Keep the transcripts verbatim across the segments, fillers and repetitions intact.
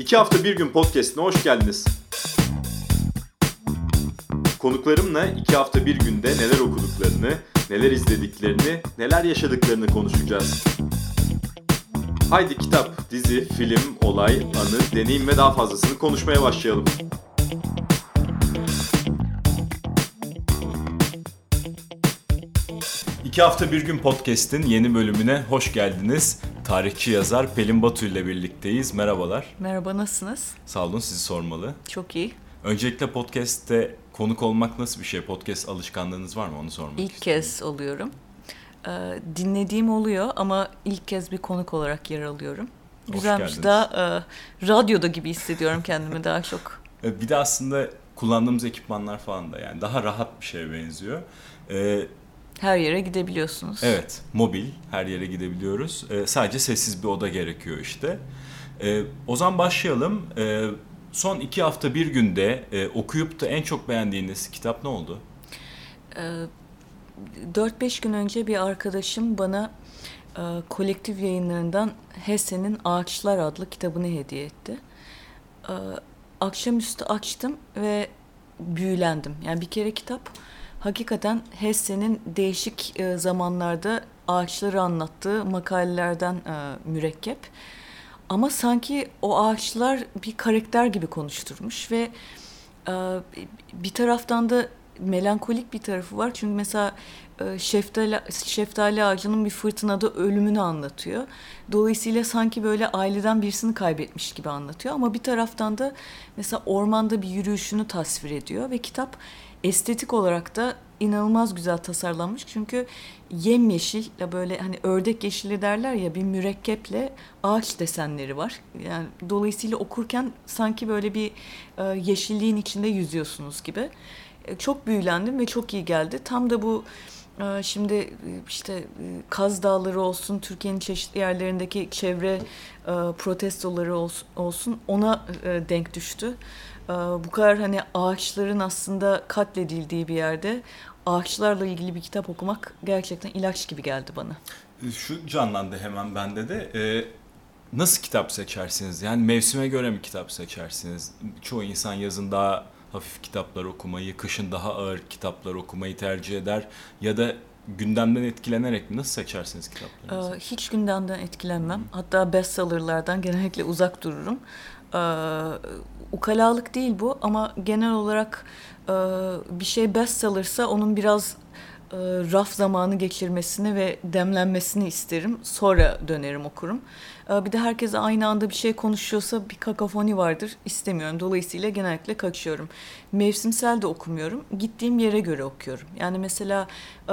İki hafta bir gün podcastine hoş geldiniz. Konuklarımla iki hafta bir günde neler okuduklarını, neler izlediklerini, neler yaşadıklarını konuşacağız. Haydi kitap, dizi, film, olay, anı, deneyim ve daha fazlasını konuşmaya başlayalım. İki hafta bir gün podcast'in yeni bölümüne hoş geldiniz. Tarihçi yazar Pelin Batu ile birlikteyiz. Merhabalar. Merhaba, nasılsınız? Sağ olun, sizi sormalı. Çok iyi. Öncelikle podcast'te konuk olmak nasıl bir şey? Podcast alışkanlığınız var mı? Onu sormak İlk istiyorum. kez oluyorum. Ee, dinlediğim oluyor ama ilk kez bir konuk olarak yer alıyorum. Hoş Güzelmiş. geldiniz. Daha e, radyoda gibi hissediyorum kendimi daha çok. Bir de aslında kullandığımız ekipmanlar falan da yani daha rahat bir şeye benziyor. Ee, Her yere gidebiliyorsunuz. evet, mobil, her yere gidebiliyoruz. Ee, sadece sessiz bir oda gerekiyor işte. Ee, o zaman başlayalım. Ee, son iki hafta bir günde e, okuyup da en çok beğendiğiniz kitap ne oldu? Ee, dört beş gün önce bir arkadaşım bana e, kolektif yayınlarından Hesse'nin Ağaçlar adlı kitabını hediye etti. Ee, akşamüstü açtım ve büyülendim. Yani bir kere kitap hakikaten Hesse'nin değişik e, zamanlarda ağaçları anlattığı makalelerden e, mürekkep. Ama sanki o ağaçlar bir karakter gibi konuşturmuş ve e, bir taraftan da melankolik bir tarafı var. Çünkü mesela e, şeftali, şeftali ağacının bir fırtınada ölümünü anlatıyor. Dolayısıyla sanki böyle aileden birisini kaybetmiş gibi anlatıyor. Ama bir taraftan da mesela ormanda bir yürüyüşünü tasvir ediyor ve kitap estetik olarak da inanılmaz güzel tasarlanmış. Çünkü yemyeşil, böyle hani ördek yeşili derler ya, bir mürekkeple ağaç desenleri var. Yani dolayısıyla okurken sanki böyle bir e, yeşilliğin içinde yüzüyorsunuz gibi. E, çok büyülendim ve çok iyi geldi. Tam da bu e, şimdi işte e, Kaz Dağları olsun, Türkiye'nin çeşitli yerlerindeki çevre e, protestoları olsun, olsun ona e, denk düştü. Bu kadar hani ağaçların aslında katledildiği bir yerde ağaçlarla ilgili bir kitap okumak gerçekten ilaç gibi geldi bana. Şu canlandı hemen bende de. Ee, nasıl kitap seçersiniz? Yani mevsime göre mi kitap seçersiniz? Çoğu insan yazın daha hafif kitaplar okumayı, kışın daha ağır kitaplar okumayı tercih eder. Ya da gündemden etkilenerek mi? Nasıl seçersiniz kitaplarınızı? Ee, hiç gündemden etkilenmem. Hatta bestsellerlardan genellikle uzak dururum. Ee, ukalalık değil bu ama genel olarak e, bir şey bestsellersa onun biraz e, raf zamanı geçirmesini ve demlenmesini isterim. Sonra dönerim okurum. Ee, bir de herkes aynı anda bir şey konuşuyorsa bir kakafoni vardır. İstemiyorum. Dolayısıyla genellikle kaçıyorum. Mevsimsel de okumuyorum. Gittiğim yere göre okuyorum. Yani mesela E,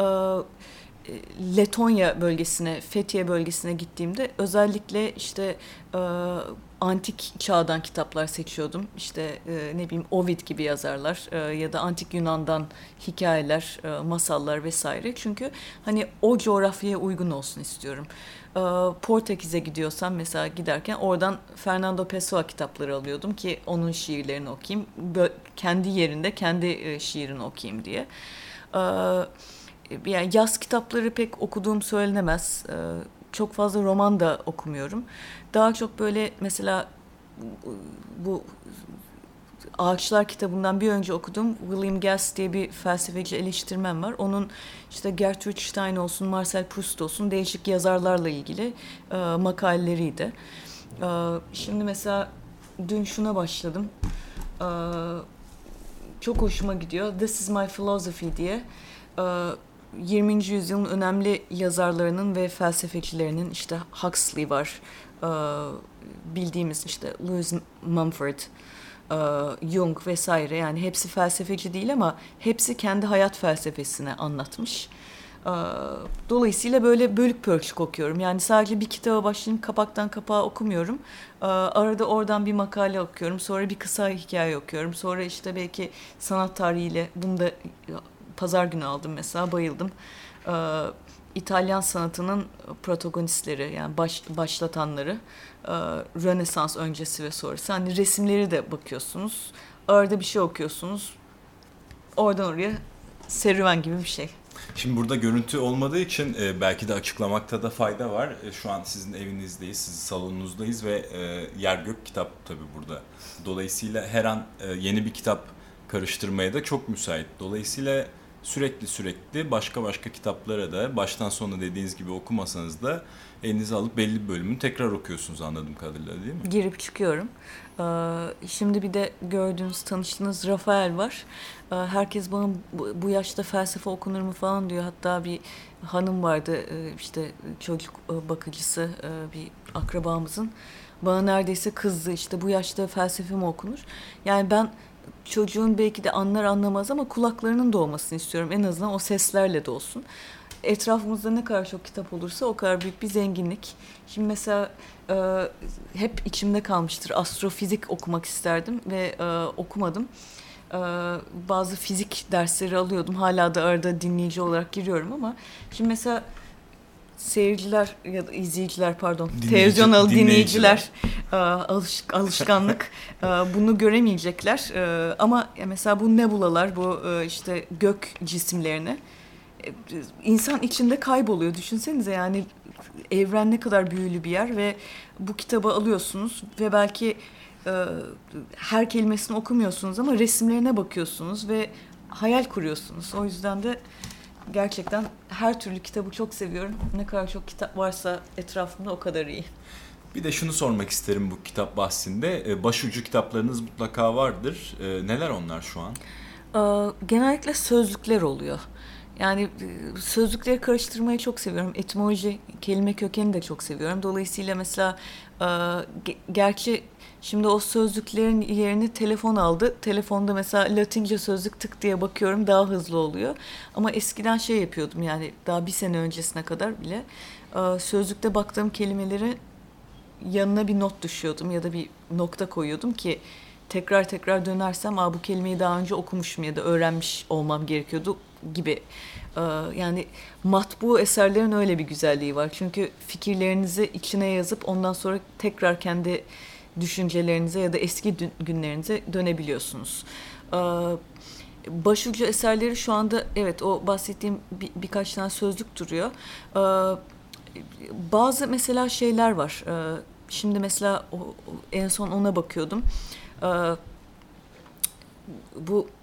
Letonya bölgesine, Fethiye bölgesine gittiğimde özellikle işte e, antik çağdan kitaplar seçiyordum. İşte e, ne bileyim Ovid gibi yazarlar e, ya da antik Yunan'dan hikayeler, e, masallar vesaire. Çünkü hani o coğrafyaya uygun olsun istiyorum. E, Portekiz'e gidiyorsam mesela giderken oradan Fernando Pessoa kitapları alıyordum ki onun şiirlerini okuyayım. Bö- kendi yerinde kendi e, şiirini okuyayım diye. Evet. Yani yaz kitapları pek okuduğum söylenemez. Ee, çok fazla roman da okumuyorum. Daha çok böyle mesela bu Ağaçlar kitabından bir önce okudum. William Gass diye bir felsefeci eleştirmen var. Onun işte Gertrude Stein olsun, Marcel Proust olsun değişik yazarlarla ilgili e, makaleleriydi. E, şimdi mesela dün şuna başladım. E, çok hoşuma gidiyor. This is my philosophy diye. E, yirminci yüzyılın önemli yazarlarının ve felsefecilerinin, işte Huxley var, bildiğimiz işte Lewis Mumford, Jung vesaire, yani hepsi felsefeci değil ama hepsi kendi hayat felsefesini anlatmış. Dolayısıyla böyle bölük pörçük okuyorum. Yani sadece bir kitaba başlayayım, kapaktan kapağa okumuyorum. Arada oradan bir makale okuyorum. Sonra bir kısa hikaye okuyorum. Sonra işte belki sanat tarihiyle, bunu da pazar günü aldım mesela, bayıldım. Ee, İtalyan sanatının protagonistleri, yani baş, başlatanları, e, Rönesans öncesi ve sonrası. Hani resimleri de bakıyorsunuz. Arada bir şey okuyorsunuz. Oradan oraya serüven gibi bir şey. Şimdi burada görüntü olmadığı için e, belki de açıklamakta da fayda var. E, şu an sizin evinizdeyiz, sizin salonunuzdayız ve e, yer gök kitap tabii burada. Dolayısıyla her an e, yeni bir kitap karıştırmaya da çok müsait. Dolayısıyla sürekli sürekli başka başka kitaplara da baştan sona dediğiniz gibi okumasanız da elinize alıp belli bir bölümünü tekrar okuyorsunuz anladığım kadarıyla, değil mi? Girip çıkıyorum. Ee, Şimdi bir de gördüğünüz, tanıştığınız Rafael var. Ee, Herkes bana bu bu yaşta felsefe okunur mu falan diyor. Hatta bir hanım vardı, e, işte çocuk e, bakıcısı, e, bir akrabamızın. Bana neredeyse kızdı, işte bu yaşta felsefe mi okunur? Yani ben çocuğun belki de anlar anlamaz ama kulaklarının dolmasını istiyorum. En azından o seslerle de olsun. Etrafımızda ne kadar çok kitap olursa o kadar büyük bir zenginlik. Şimdi mesela e, hep içimde kalmıştır. Astrofizik okumak isterdim ve e, okumadım. E, Bazı fizik dersleri alıyordum. Hala da arada dinleyici olarak giriyorum ama şimdi mesela seyirciler ya da izleyiciler, pardon, Dinleyici- televizyonel dinleyiciler. dinleyiciler e, alış, alışkanlık e, bunu göremeyecekler. E, ama mesela bu nebulalar, bu e, işte gök cisimlerini e, insan içinde kayboluyor. Düşünsenize, yani evren ne kadar büyülü bir yer ve bu kitabı alıyorsunuz ve belki e, her kelimesini okumuyorsunuz ama resimlerine bakıyorsunuz ve hayal kuruyorsunuz. O yüzden de gerçekten her türlü kitabı çok seviyorum. Ne kadar çok kitap varsa etrafımda o kadar iyi. Bir de şunu sormak isterim bu kitap bahsinde. E, Başucu kitaplarınız mutlaka vardır. E, Neler onlar şu an? Ee, Genellikle sözlükler oluyor. Yani e, sözlükleri karıştırmayı çok seviyorum. Etimoloji, kelime kökeni de çok seviyorum. Dolayısıyla mesela e, ge- gerçi şimdi o sözlüklerin yerini telefon aldı. Telefonda mesela Latince sözlük tık diye bakıyorum, daha hızlı oluyor. Ama eskiden şey yapıyordum, yani daha bir sene öncesine kadar bile e, sözlükte baktığım kelimeleri yanına bir not düşüyordum ya da bir nokta koyuyordum ki tekrar tekrar dönersem, aa, bu kelimeyi daha önce okumuşum ya da öğrenmiş olmam gerekiyordu gibi. Ee, Yani matbu eserlerin öyle bir güzelliği var. Çünkü fikirlerinizi içine yazıp ondan sonra tekrar kendi düşüncelerinize ya da eski dün- günlerinize dönebiliyorsunuz. Ee, Başucu eserleri şu anda, evet, o bahsettiğim bir, birkaç tane sözlük duruyor. Ee, Bazı mesela şeyler var. Ee, Şimdi mesela o, o- en son ona bakıyordum. Ee, Bu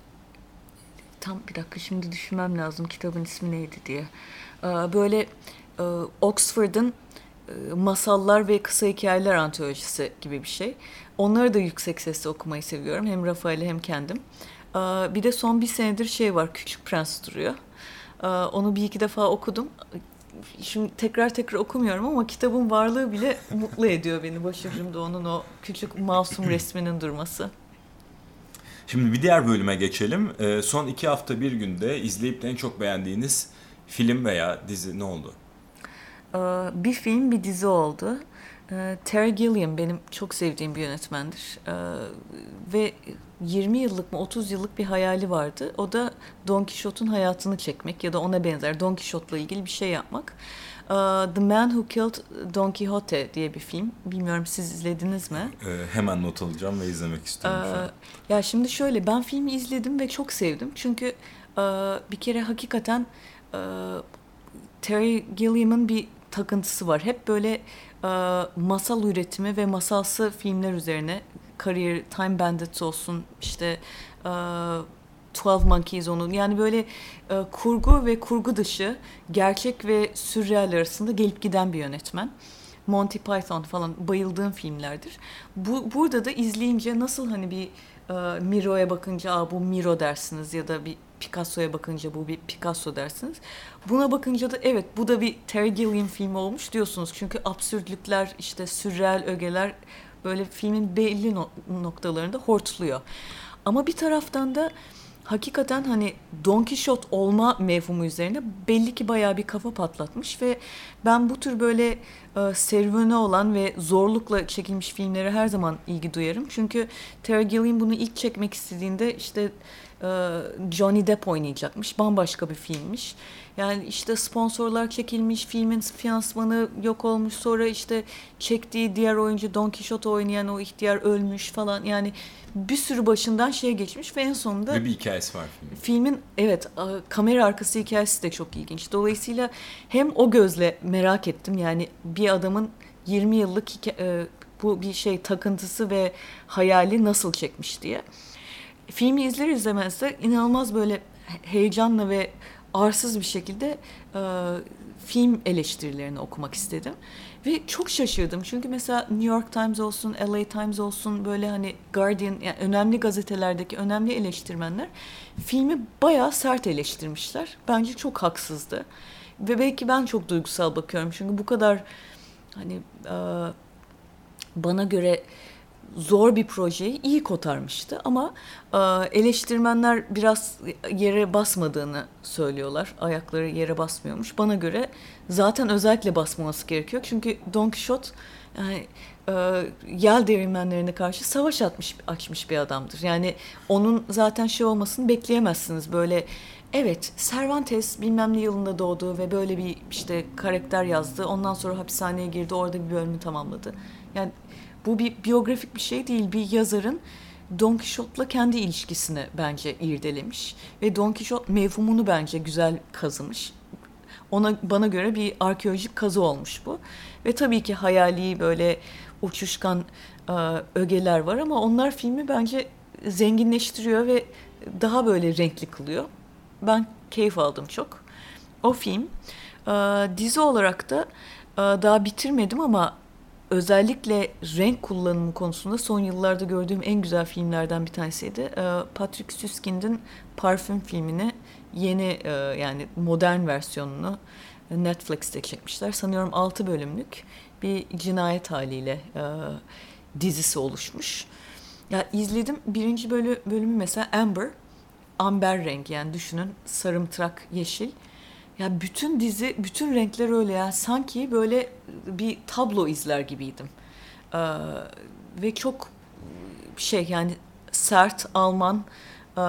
tam bir dakika, şimdi düşünmem lazım kitabın ismi neydi diye. Ee, Böyle e, Oxford'un e, masallar ve kısa hikayeler antolojisi gibi bir şey. Onları da yüksek sesle okumayı seviyorum. Hem Rafael'i hem kendim. Ee, Bir de son bir senedir şey var, Küçük Prens duruyor. Ee, Onu bir iki defa okudum. Şimdi tekrar tekrar okumuyorum ama kitabın varlığı bile mutlu ediyor beni. Başucumda onun o küçük masum resminin durması. Şimdi bir diğer bölüme geçelim. E, Son iki hafta bir günde izleyip de en çok beğendiğiniz film veya dizi ne oldu? Ee, Bir film, bir dizi oldu. Ee, Terry Gilliam benim çok sevdiğim bir yönetmendir. Ee, Ve yirmi yıllık mı otuz yıllık bir hayali vardı. O da Don Quixote'un hayatını çekmek ya da ona benzer Don Quixote'la ilgili bir şey yapmak. Ee, The Man Who Killed Don Quixote diye bir film. Bilmiyorum, siz izlediniz mi? E, Hemen not alacağım ve izlemek istiyorum şu an. Ee, Ya şimdi şöyle, ben filmi izledim ve çok sevdim. Çünkü e, bir kere hakikaten e, Terry Gilliam'ın bir takıntısı var. Hep böyle e, masal üretimi ve masalsı filmler üzerine. Career, Time Bandits olsun, işte e, Twelve Monkeys onun. Yani böyle e, kurgu ve kurgu dışı, gerçek ve sürreal arasında gelip giden bir yönetmen. Monty Python falan bayıldığım filmlerdir. Bu burada da izleyince nasıl hani bir e, Miro'ya bakınca, aa, bu Miro dersiniz ya da bir Picasso'ya bakınca bu bir Picasso dersiniz. Buna bakınca da evet, bu da bir Terry Gilliam filmi olmuş diyorsunuz. Çünkü absürtlükler, işte sürreal ögeler böyle filmin belli no- noktalarında hortluyor. Ama bir taraftan da hakikaten hani Don Quixote olma mevhumu üzerine belli ki bayağı bir kafa patlatmış ve ben bu tür böyle e, serüveni olan ve zorlukla çekilmiş filmlere her zaman ilgi duyarım. Çünkü Terry Gilliam bunu ilk çekmek istediğinde işte Johnny Depp oynayacakmış. Bambaşka bir filmmiş. Yani işte sponsorlar çekilmiş, filmin finansmanı yok olmuş. Sonra işte çektiği diğer oyuncu Don Quixote oynayan o ihtiyar ölmüş falan. Yani bir sürü başından şey geçmiş ve en sonunda... Ve bir hikayesi var filmin. Filmin evet kamera arkası hikayesi de çok ilginç. Dolayısıyla hem o gözle merak ettim. Yani bir adamın yirmi yıllık hikaye, bu bir şey takıntısı ve hayali nasıl çekmiş diye. Filmi izler izlemez de inanılmaz böyle heyecanla ve arsız bir şekilde e, film eleştirilerini okumak istedim. Ve çok şaşırdım. Çünkü mesela New York Times olsun, L A Times olsun, böyle hani Guardian, yani önemli gazetelerdeki önemli eleştirmenler filmi bayağı sert eleştirmişler. Bence çok haksızdı. Ve belki ben çok duygusal bakıyorum. Çünkü bu kadar hani e, bana göre zor bir projeyi iyi kotarmıştı ama e, eleştirmenler biraz yere basmadığını söylüyorlar. Ayakları yere basmıyormuş. Bana göre zaten özellikle basmaması gerekiyor. Çünkü Don Quixote yani, e, yel değirmenlerine karşı savaş atmış, açmış bir adamdır. Yani onun zaten şey olmasını bekleyemezsiniz. Böyle evet, Cervantes bilmem ne yılında doğdu ve böyle bir işte karakter yazdı. Ondan sonra hapishaneye girdi, orada bir bölümü tamamladı. Yani bu bir biyografik bir şey değil. Bir yazarın Don Quixote'la kendi ilişkisini bence irdelemiş. Ve Don Quixote mevhumunu bence güzel kazımış. Ona, bana göre bir arkeolojik kazı olmuş bu. Ve tabii ki hayali böyle uçuşkan e, ögeler var ama onlar filmi bence zenginleştiriyor ve daha böyle renkli kılıyor. Ben keyif aldım çok. O film. E, dizi olarak da e, daha bitirmedim ama özellikle renk kullanımı konusunda son yıllarda gördüğüm en güzel filmlerden bir tanesiydi. Patrick Süskind'in Parfüm filmini yeni yani modern versiyonunu Netflix'te çekmişler. Sanıyorum altı bölümlük bir cinayet haliyle dizisi oluşmuş. Ya izledim birinci bölü, bölümü mesela Amber, amber rengi yani düşünün sarımtırak yeşil. Ya bütün dizi, bütün renkler öyle ya. Sanki böyle bir tablo izler gibiydim. Ee, ve çok şey yani sert, Alman, e,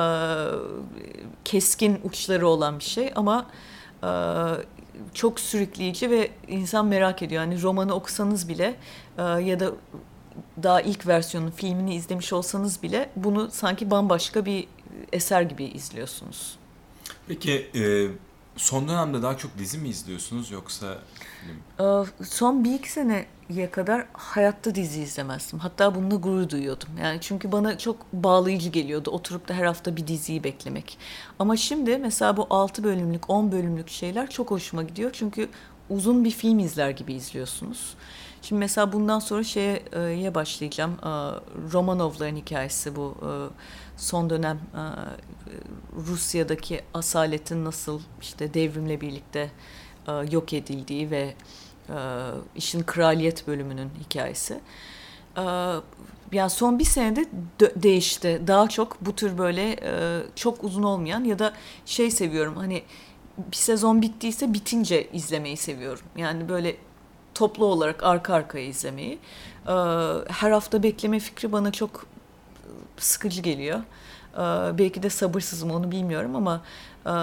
keskin uçları olan bir şey ama e, çok sürükleyici ve insan merak ediyor. Yani romanı okusanız bile e, ya da daha ilk versiyonun filmini izlemiş olsanız bile bunu sanki bambaşka bir eser gibi izliyorsunuz. Peki e, son dönemde daha çok dizi mi izliyorsunuz yoksa film? Ee, Son bir iki seneye kadar hayatta dizi izlemezdim. Hatta bununla gurur duyuyordum. Yani çünkü bana çok bağlayıcı geliyordu oturup da her hafta bir diziyi beklemek. Ama şimdi mesela bu altı bölümlük, on bölümlük şeyler çok hoşuma gidiyor. Çünkü uzun bir film izler gibi izliyorsunuz. Şimdi mesela bundan sonra şeye e, başlayacağım. E, Romanovların hikayesi bu. E, son dönem e, Rusya'daki asaletin nasıl işte devrimle birlikte e, yok edildiği ve e, işin kraliyet bölümünün hikayesi. E, yani son bir senede de- değişti. Daha çok bu tür böyle e, çok uzun olmayan ya da şey seviyorum hani bir sezon bittiyse bitince izlemeyi seviyorum. Yani böyle toplu olarak arka arkaya izlemeyi. Ee, her hafta bekleme fikri bana çok sıkıcı geliyor. Ee, belki de sabırsızım onu bilmiyorum ama e,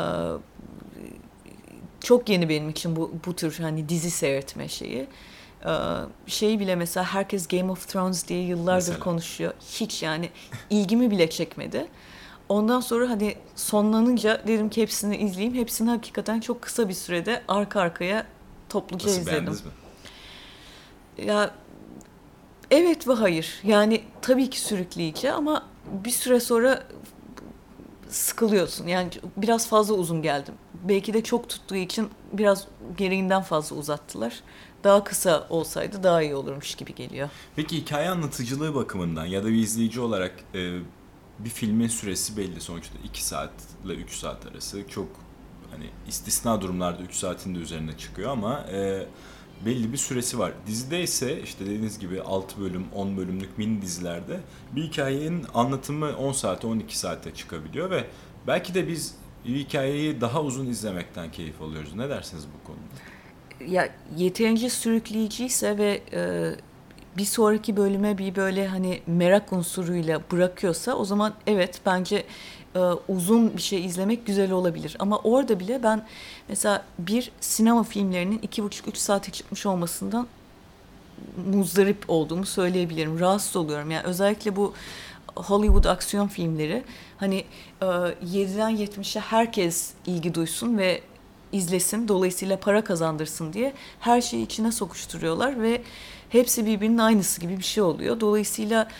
çok yeni benim için bu bu tür hani dizi seyretme şeyi. Ee, şeyi bile mesela herkes Game of Thrones diye yıllardır mesela konuşuyor. Hiç yani ilgimi bile çekmedi. Ondan sonra hani sonlanınca dedim ki hepsini izleyeyim. Hepsini hakikaten çok kısa bir sürede arka arkaya topluca Nasıl, izledim. beğendiniz mi? Ya evet ve hayır. Yani tabii ki sürükleyici ama bir süre sonra sıkılıyorsun. Yani biraz fazla uzun geldim. Belki de çok tuttuğu için biraz gereğinden fazla uzattılar. Daha kısa olsaydı daha iyi olurmuş gibi geliyor. Peki hikaye anlatıcılığı bakımından ya da bir izleyici olarak e, bir filmin süresi belli sonuçta iki saat ile üç saat arası çok hani istisna durumlarda üç saatin de üzerine çıkıyor ama e, belli bir süresi var. Dizide ise işte dediğiniz gibi altı bölüm, on bölümlük mini dizilerde bir hikayenin anlatımı on saate, on iki saate çıkabiliyor ve belki de biz bir hikayeyi daha uzun izlemekten keyif alıyoruz. Ne dersiniz bu konuda? Ya yeterince sürükleyiciyse ve e, bir sonraki bölüme bir böyle hani merak unsuruyla bırakıyorsa o zaman evet bence e, e, uzun bir şey izlemek güzel olabilir. Ama orada bile ben mesela bir sinema filmlerinin iki buçuk üç saate çıkmış olmasından muzdarip olduğumu söyleyebilirim. Rahatsız oluyorum. Yani özellikle bu Hollywood aksiyon filmleri hani e, yediden yetmişe herkes ilgi duysun ve izlesin, dolayısıyla para kazandırsın diye her şeyi içine sokuşturuyorlar ve hepsi birbirinin aynısı gibi bir şey oluyor. Dolayısıyla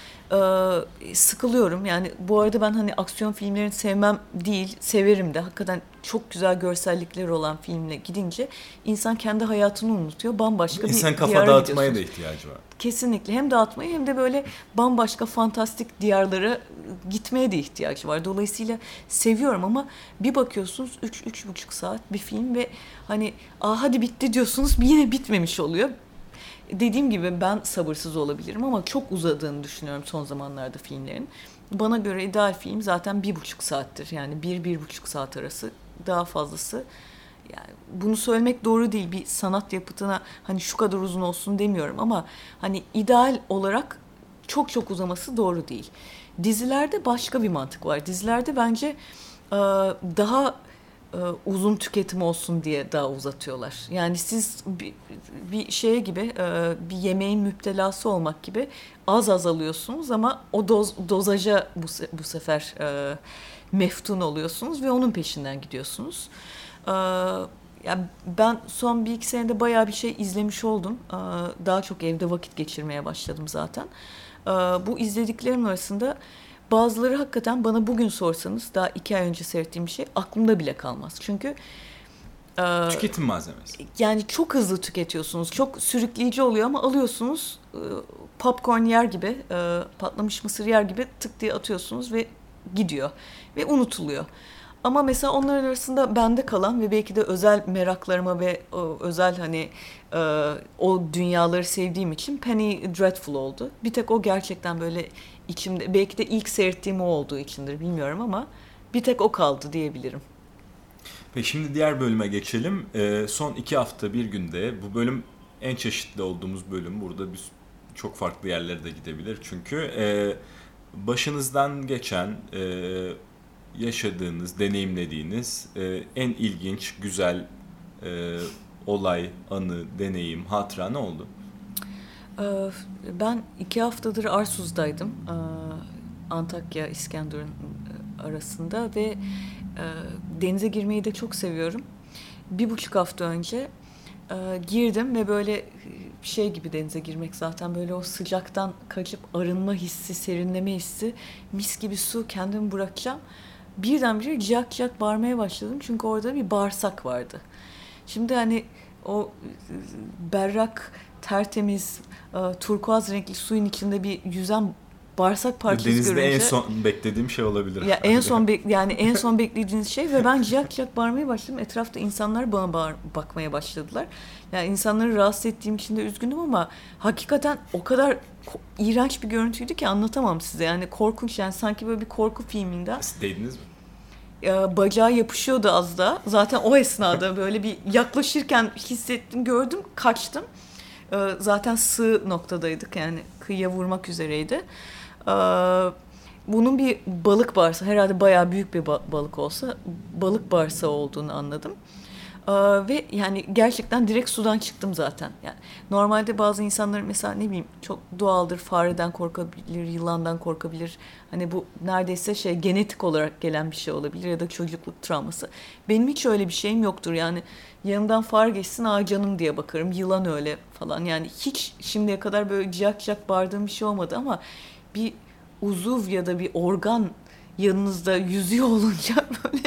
e, sıkılıyorum. Yani bu arada ben hani aksiyon filmlerini sevmem değil, severim de. Hakikaten çok güzel görsellikleri olan filmle gidince insan kendi hayatını unutuyor. Bambaşka bir İnsan kafa diyara dağıtmaya gidiyorsunuz. da ihtiyacı var. Kesinlikle. Hem dağıtmaya hem de böyle bambaşka fantastik diyarlara gitmeye de ihtiyacı var. Dolayısıyla seviyorum ama bir bakıyorsunuz üç üç buçuk saat bir film ve hani aa hadi bitti diyorsunuz yine bitmemiş oluyor. Dediğim gibi ben sabırsız olabilirim ama çok uzadığını düşünüyorum son zamanlarda filmlerin. Bana göre ideal film zaten bir buçuk saattir. Yani bir, bir buçuk saat arası, daha fazlası. Yani bunu söylemek doğru değil, bir sanat yapıtına hani şu kadar uzun olsun demiyorum ama hani ideal olarak çok çok uzaması doğru değil. Dizilerde başka bir mantık var. Dizilerde bence e, daha e, uzun tüketim olsun diye daha uzatıyorlar. Yani siz bir, bir şeye gibi e, bir yemeğin müptelası olmak gibi az az alıyorsunuz ama o doz, dozaja bu, bu sefer e, meftun oluyorsunuz ve onun peşinden gidiyorsunuz. Ee, yani ben son bir iki senede bayağı bir şey izlemiş oldum. Ee, daha çok evde vakit geçirmeye başladım zaten. Ee, bu izlediklerim arasında bazıları hakikaten bana bugün sorsanız daha iki ay önce seyrettiğim bir şey aklımda bile kalmaz. Çünkü e, Tüketim malzemesi. yani çok hızlı tüketiyorsunuz. Çok sürükleyici oluyor ama alıyorsunuz e, popcorn yer gibi, e, patlamış mısır yer gibi tık diye atıyorsunuz ve gidiyor ve unutuluyor. Ama mesela onlar arasında bende kalan ve belki de özel meraklarıma ve o özel hani e, o dünyaları sevdiğim için Penny Dreadful oldu. Bir tek o gerçekten böyle içimde, belki de ilk seyrettiğim o olduğu içindir bilmiyorum ama bir tek o kaldı diyebilirim. Peki şimdi diğer bölüme geçelim. Ee, son iki hafta bir günde bu bölüm en çeşitli olduğumuz bölüm. Burada biz çok farklı yerlere de gidebilir. Çünkü e, başınızdan geçen, e, yaşadığınız, deneyimlediğiniz e, en ilginç, güzel e, olay, anı, deneyim, hatıra ne oldu? Ee, Ben iki haftadır Arsuz'daydım. Ee, Antakya, İskenderun arasında ve e, denize girmeyi de çok seviyorum. Bir buçuk hafta önce e, girdim ve böyle şey gibi denize girmek zaten böyle o sıcaktan kaçıp arınma hissi, serinleme hissi, mis gibi su kendimi bırakacağım. Birdenbire ciyak ciyak bağırmaya başladım çünkü orada bir bağırsak vardı. Şimdi hani o berrak, tertemiz, e, turkuaz renkli suyun içinde bir yüzen bağırsak parçası Denizde görünce en son beklediğim şey olabilir. ya en son bek- yani en son beklediğiniz şey ve ben ciyak ciyak bağırmaya başladım. Etrafta insanlar bana bağır- bakmaya başladılar. Yani insanları rahatsız ettiğim için de üzgünüm ama hakikaten o kadar ko- iğrenç bir görüntüydü ki anlatamam size. Yani korkunç, yani sanki böyle bir korku filminden. Siz değdiniz mi? E, bacağı yapışıyordu az da. Zaten o esnada böyle bir yaklaşırken hissettim, gördüm, kaçtım. E, zaten sığ noktadaydık, yani kıyıya vurmak üzereydi. E, bunun bir balık bağırsağı, herhalde bayağı büyük bir ba- balık olsa balık bağırsağı olduğunu anladım. Ee, ve yani gerçekten direkt sudan çıktım zaten. Yani normalde bazı insanlar mesela ne bileyim çok doğaldır, fareden korkabilir, yılandan korkabilir. Hani bu neredeyse şey, genetik olarak gelen bir şey olabilir ya da çocukluk travması. Benim hiç öyle bir şeyim yoktur. Yani yanımdan fare geçsin, aa canım diye bakarım. Yılan öyle falan. Yani hiç şimdiye kadar böyle ciyak ciyak bağırdığım bir şey olmadı ama bir uzuv ya da bir organ yanınızda yüzüyor olunca böyle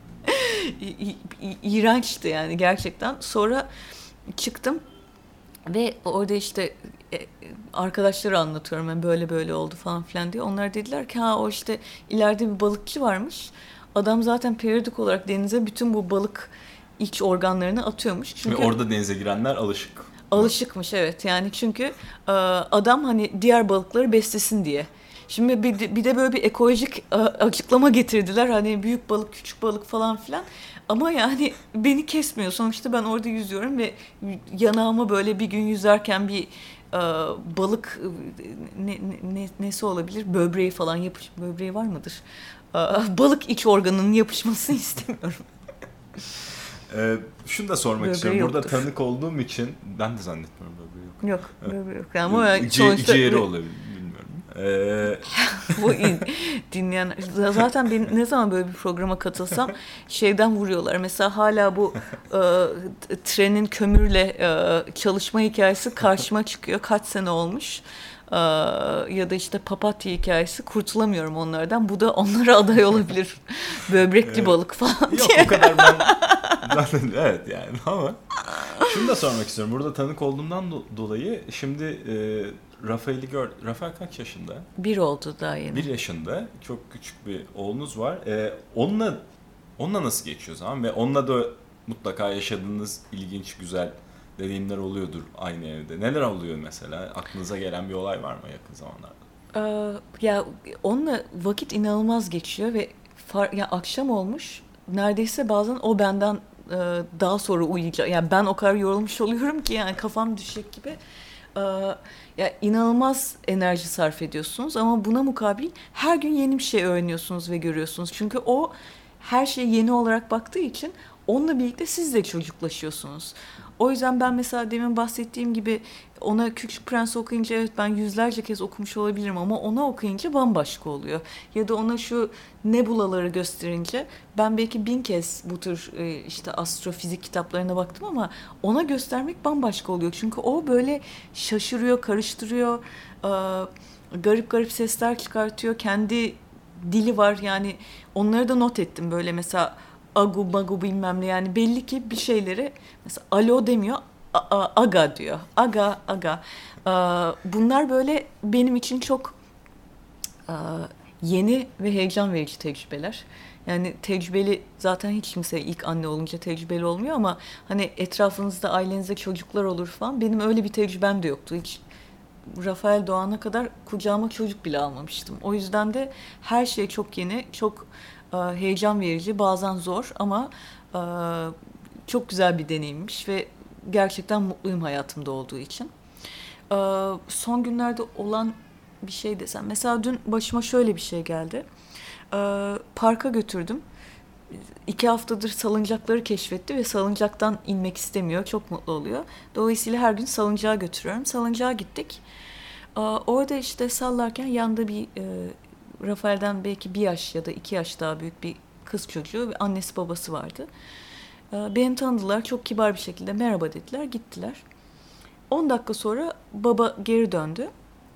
İ- i- iğrençti yani gerçekten. Sonra çıktım ve orada işte e, arkadaşlara anlatıyorum, yani böyle böyle oldu falan filan diye. Onlar dediler ki ha o işte ileride bir balıkçı varmış. Adam zaten periyodik olarak denize bütün bu balık iç organlarını atıyormuş. Çünkü Ve orada denize girenler alışık. alışıkmış, evet. Yani çünkü e, adam hani diğer balıkları beslesin diye. Şimdi bir de, bir de böyle bir ekolojik e, açıklama getirdiler. Hani büyük balık, küçük balık falan filan. Ama yani beni kesmiyor. Sonuçta ben orada yüzüyorum ve yanağıma böyle bir gün yüzerken bir e, balık e, ne, ne, nesi olabilir? Böbreği falan yapış, böbreği var mıdır? E, balık iç organının yapışmasını istemiyorum. Ee, şunu da sormak Böbreği istiyorum. yoktur. Burada tanık olduğum için ben de zannetmiyorum böbreği yok. Yok, böbreği yok. Yani ama Ce- sonuçta ciğeri olabilir, bilmiyorum. Ee, bu in- dinleyen zaten ben ne zaman böyle bir programa katılsam şeyden vuruyorlar. Mesela hala bu e, trenin kömürle e, çalışma hikayesi karşıma çıkıyor. Kaç sene olmuş. E, ya da işte papatya hikayesi, kurtulamıyorum onlardan. Bu da onlara aday olabilir. Böbrekli Evet. balık falan yok diye. o kadar ben zaten evet yani ama şunu da sormak istiyorum. Burada tanık olduğumdan do- dolayı şimdi e, Rafael'i gör. Rafael kaç yaşında? Bir oldu daha yeni. Bir yaşında. Çok küçük bir oğlunuz var. E, onunla onunla nasıl geçiyor zaman ve onunla da mutlaka yaşadığınız ilginç, güzel deneyimler oluyordur aynı evde. Neler oluyor mesela? Aklınıza gelen bir olay var mı yakın zamanlarda? Ee, ya onunla vakit inanılmaz geçiyor ve far, ya akşam olmuş. Neredeyse bazen o benden e, daha sonra uyuyacak. Yani ben o kadar yorulmuş oluyorum ki yani kafam düşecek gibi. Ee, ya inanılmaz enerji sarf ediyorsunuz ama buna mukabil her gün yeni bir şey öğreniyorsunuz ve görüyorsunuz. Çünkü o her şeye yeni olarak baktığı için onunla birlikte siz de çocuklaşıyorsunuz. O yüzden ben mesela demin bahsettiğim gibi ona Küçük Prens okuyunca evet ben yüzlerce kez okumuş olabilirim ama ona okuyunca bambaşka oluyor. Ya da ona şu nebulaları gösterince ben belki bin kez bu tür e, işte astrofizik kitaplarına baktım ama ona göstermek bambaşka oluyor. Çünkü o böyle şaşırıyor, karıştırıyor, e, garip garip sesler çıkartıyor. Kendi dili var yani onları da not ettim böyle mesela agu magu bilmem ne yani belli ki bir şeyleri mesela alo demiyor a- a- aga diyor. Aga aga. Ee, bunlar böyle benim için çok e, yeni ve heyecan verici tecrübeler. Yani tecrübeli zaten hiç kimse ilk anne olunca tecrübeli olmuyor ama hani etrafınızda ailenizde çocuklar olur falan benim öyle bir tecrübem de yoktu. Hiç Rafael doğana kadar kucağıma çocuk bile almamıştım. O yüzden de her şey çok yeni, çok e, heyecan verici, bazen zor ama e, çok güzel bir deneyimmiş ve gerçekten mutluyum hayatımda olduğu için. E, son günlerde olan bir şey desem, mesela dün başıma şöyle bir şey geldi. E, parka götürdüm. İki haftadır salıncakları keşfetti ve salıncaktan inmek istemiyor. Çok mutlu oluyor. Dolayısıyla her gün salıncağa götürüyorum. Salıncağa gittik. Orada işte sallarken yanında bir e, Rafael'den belki bir yaş ya da iki yaş daha büyük bir kız çocuğu ve annesi babası vardı. E, beni tanıdılar. Çok kibar bir şekilde merhaba dediler. Gittiler. on dakika sonra baba geri döndü.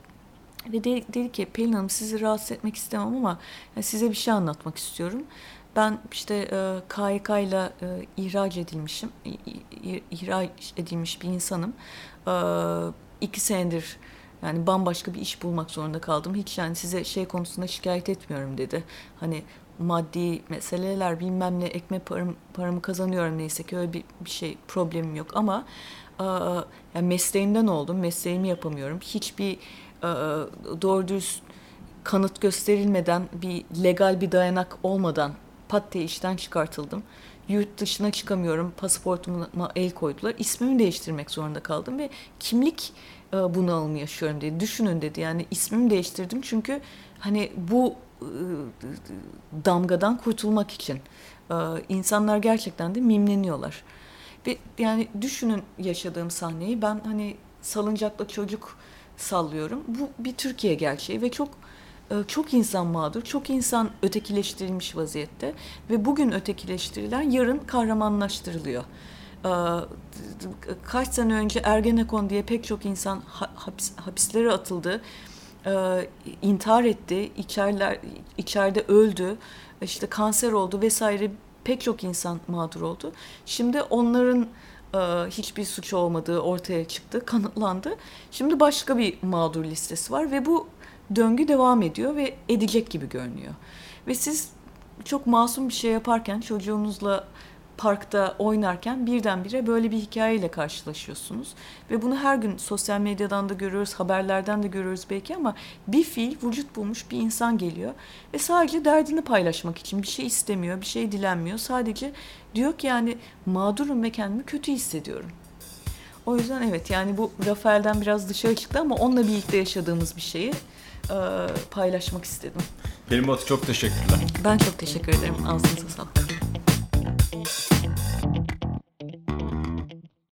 Ve de, dedi ki Pelin Hanım sizi rahatsız etmek istemem ama yani size bir şey anlatmak istiyorum. Ben işte e, K Y K ile e, ihraç edilmişim, ihraç edilmiş bir insanım. E, iki senedir yani bambaşka bir iş bulmak zorunda kaldım. Hiç yani size şey konusunda şikayet etmiyorum dedi. Hani maddi meseleler bilmem ne ekmek param, paramı kazanıyorum neyse ki öyle bir, bir şey problemim yok ama e, yani mesleğimden oldum, mesleğimi yapamıyorum. Hiçbir e, doğru dürüst kanıt gösterilmeden bir legal bir dayanak olmadan pat diye işten çıkartıldım. Yurt dışına çıkamıyorum. Pasaportuma el koydular. İsmimi değiştirmek zorunda kaldım ve kimlik e, bunalımı yaşıyorum dedi. Düşünün dedi. Yani ismimi değiştirdim çünkü hani bu e, damgadan kurtulmak için. E, insanlar gerçekten de mimleniyorlar. Ve yani düşünün yaşadığım sahneyi. Ben hani salıncakla çocuk sallıyorum. Bu bir Türkiye gerçeği ve çok çok insan mağdur, çok insan ötekileştirilmiş vaziyette ve bugün ötekileştirilen yarın kahramanlaştırılıyor. Kaç sene önce Ergenekon diye pek çok insan hapis, hapislere atıldı, intihar etti, içeriler, içeride öldü, işte kanser oldu vesaire pek çok insan mağdur oldu. Şimdi onların hiçbir suç olmadığı ortaya çıktı, kanıtlandı. Şimdi başka bir mağdur listesi var ve bu döngü devam ediyor ve edecek gibi görünüyor. Ve siz çok masum bir şey yaparken, çocuğunuzla parkta oynarken birdenbire böyle bir hikayeyle karşılaşıyorsunuz. Ve bunu her gün sosyal medyadan da görüyoruz, haberlerden de görüyoruz belki ama bir fiil vücut bulmuş bir insan geliyor. Ve sadece derdini paylaşmak için bir şey istemiyor, bir şey dilenmiyor. Sadece diyor ki yani mağdurum ve kendimi kötü hissediyorum. O yüzden evet, yani bu Rafael'den biraz dışarı çıktı ama onunla birlikte yaşadığımız bir şeyi e, paylaşmak istedim. Pelin Batu, çok teşekkürler. Ben çok teşekkür ederim. Ağzınıza sağlık.